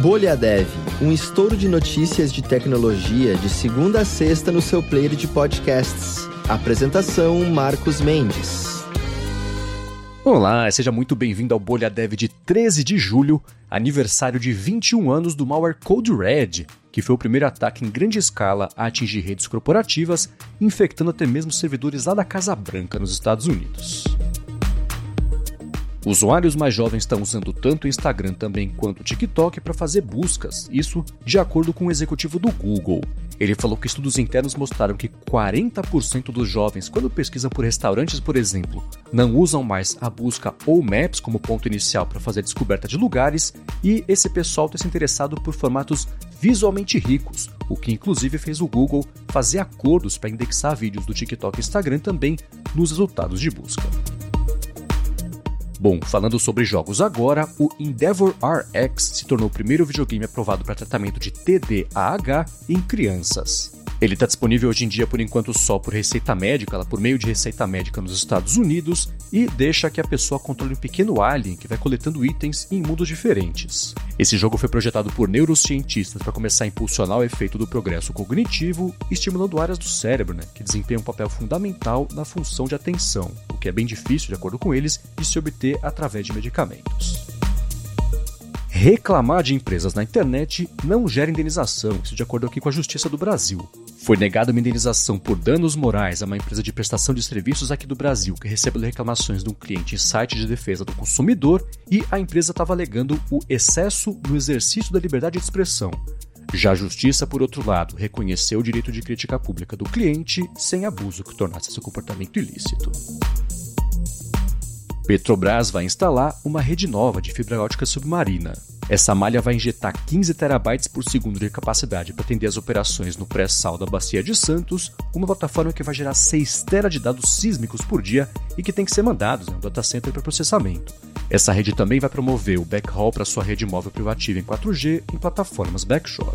Bolha Dev, um estouro de notícias de tecnologia de segunda a sexta no seu player de podcasts. Apresentação Marcos Mendes. Olá, seja muito bem-vindo ao Bolha Dev de 13 de julho, aniversário de 21 anos do malware Code Red, que foi o primeiro ataque em grande escala a atingir redes corporativas, infectando até mesmo servidores lá da Casa Branca, nos Estados Unidos. Usuários mais jovens estão usando tanto o Instagram também quanto o TikTok para fazer buscas, isso de acordo com o executivo do Google. Ele falou que estudos internos mostraram que 40% dos jovens, quando pesquisam por restaurantes, por exemplo, não usam mais a busca ou Maps como ponto inicial para fazer a descoberta de lugares, e esse pessoal está se interessado por formatos visualmente ricos, o que inclusive fez o Google fazer acordos para indexar vídeos do TikTok e Instagram também nos resultados de busca. Bom, falando sobre jogos agora, o Endeavor RX se tornou o primeiro videogame aprovado para tratamento de TDAH em crianças. Ele está disponível hoje em dia por enquanto só por receita médica, por meio de receita médica nos Estados Unidos, e deixa que a pessoa controle um pequeno alien que vai coletando itens em mundos diferentes. Esse jogo foi projetado por neurocientistas para começar a impulsionar o efeito do progresso cognitivo, estimulando áreas do cérebro, que desempenham um papel fundamental na função de atenção, o que é bem difícil, de acordo com eles, de se obter através de medicamentos. Reclamar de empresas na internet não gera indenização, isso de acordo aqui com a Justiça do Brasil. Foi negada uma indenização por danos morais a uma empresa de prestação de serviços aqui do Brasil que recebeu reclamações de um cliente em site de defesa do consumidor e a empresa estava alegando o excesso no exercício da liberdade de expressão. Já a Justiça, por outro lado, reconheceu o direito de crítica pública do cliente sem abuso que tornasse seu comportamento ilícito. Petrobras vai instalar uma rede nova de fibra ótica submarina. Essa malha vai injetar 15 terabytes por segundo de capacidade para atender as operações no pré-sal da Bacia de Santos, uma plataforma que vai gerar 6 tera de dados sísmicos por dia e que tem que ser mandados no data center para processamento. Essa rede também vai promover o backhaul para sua rede móvel privativa em 4G em plataformas backshore.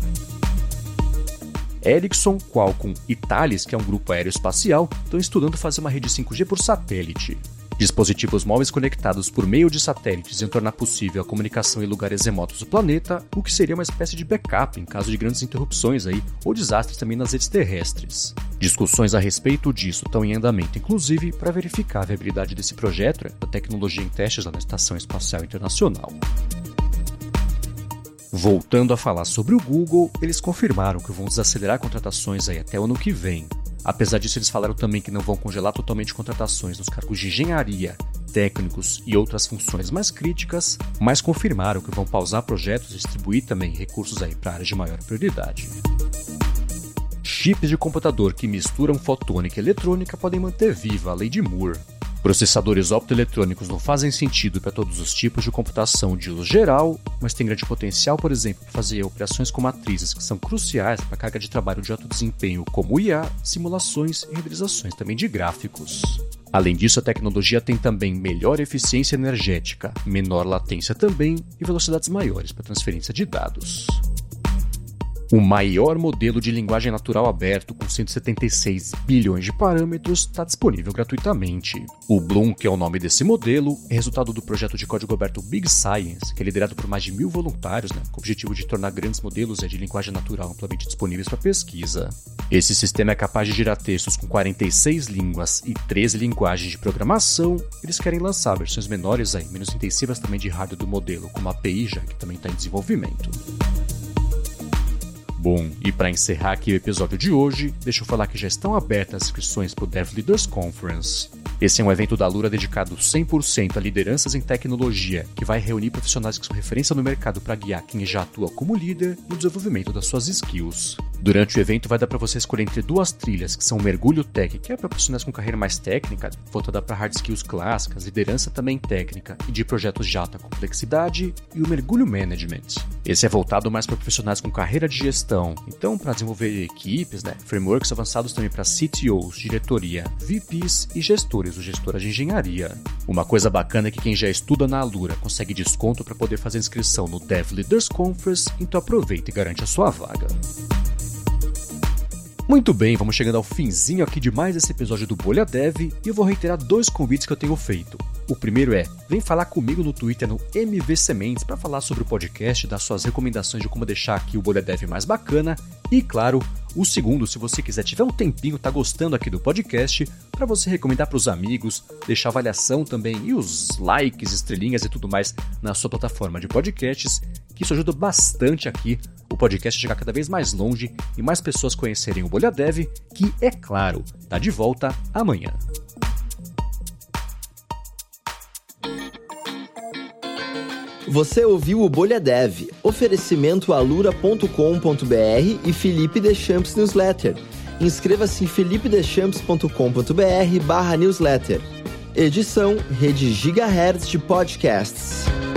Ericsson, Qualcomm e Thales, que é um grupo aeroespacial, estão estudando fazer uma rede 5G por satélite. Dispositivos móveis conectados por meio de satélites iam tornar possível a comunicação em lugares remotos do planeta, o que seria uma espécie de backup em caso de grandes interrupções ou desastres também nas redes terrestres. Discussões a respeito disso estão em andamento, inclusive, para verificar a viabilidade desse projeto, da tecnologia em testes lá na Estação Espacial Internacional. Voltando a falar sobre o Google, eles confirmaram que vão desacelerar contratações até o ano que vem. Apesar disso, eles falaram também que não vão congelar totalmente contratações nos cargos de engenharia, técnicos e outras funções mais críticas, mas confirmaram que vão pausar projetos e distribuir também recursos para áreas de maior prioridade. Chips de computador que misturam fotônica e eletrônica podem manter viva a lei de Moore. Processadores optoeletrônicos não fazem sentido para todos os tipos de computação de uso geral, mas tem grande potencial, por exemplo, para fazer operações com matrizes que são cruciais para a carga de trabalho de alto desempenho, como IA, simulações e renderizações também de gráficos. Além disso, a tecnologia tem também melhor eficiência energética, menor latência também e velocidades maiores para transferência de dados. O maior modelo de linguagem natural aberto, com 176 bilhões de parâmetros, está disponível gratuitamente. O Bloom, que é o nome desse modelo, é resultado do projeto de código aberto Big Science, que é liderado por mais de 1.000 voluntários, com o objetivo de tornar grandes modelos de linguagem natural amplamente disponíveis para pesquisa. Esse sistema é capaz de gerar textos com 46 línguas e 13 linguagens de programação. Eles querem lançar versões menores, menos intensivas também de hardware do modelo, como a API, já que também está em desenvolvimento. Bom, e para encerrar aqui o episódio de hoje, deixa eu falar que já estão abertas as inscrições para o Dev Leaders Conference. Esse é um evento da Alura dedicado 100% a lideranças em tecnologia, que vai reunir profissionais que são referência no mercado para guiar quem já atua como líder no desenvolvimento das suas skills. Durante o evento vai dar para você escolher entre duas trilhas, que são o Mergulho Tech, que é para profissionais com carreira mais técnica, voltada para hard skills clássicas, liderança também técnica e de projetos de alta complexidade, e o Mergulho Management. Esse é voltado mais para profissionais com carreira de gestão, então para desenvolver equipes, frameworks avançados também para CTOs, diretoria, VPs e gestores ou gestoras de engenharia. Uma coisa bacana é que quem já estuda na Alura consegue desconto para poder fazer inscrição no Dev Leaders Conference, então aproveita e garante a sua vaga. Muito bem, vamos chegando ao finzinho aqui de mais esse episódio do Bolha Dev e eu vou reiterar 2 convites que eu tenho feito. O primeiro é, vem falar comigo no Twitter no MV Sementes para falar sobre o podcast, dar suas recomendações de como deixar aqui o Bolha Dev mais bacana. E claro, o segundo, se você quiser, tiver um tempinho, tá gostando aqui do podcast, para você recomendar para os amigos, deixar avaliação também e os likes, estrelinhas e tudo mais na sua plataforma de podcasts, que isso ajuda bastante aqui o podcast a chegar cada vez mais longe e mais pessoas conhecerem o Bolha Dev, que, é claro, tá de volta amanhã. Você ouviu o Bolha Dev, oferecimento alura.com.br e Felipe Deschamps Newsletter. Inscreva-se em felipedechamps.com.br/newsletter. Edição Rede Gigahertz de Podcasts.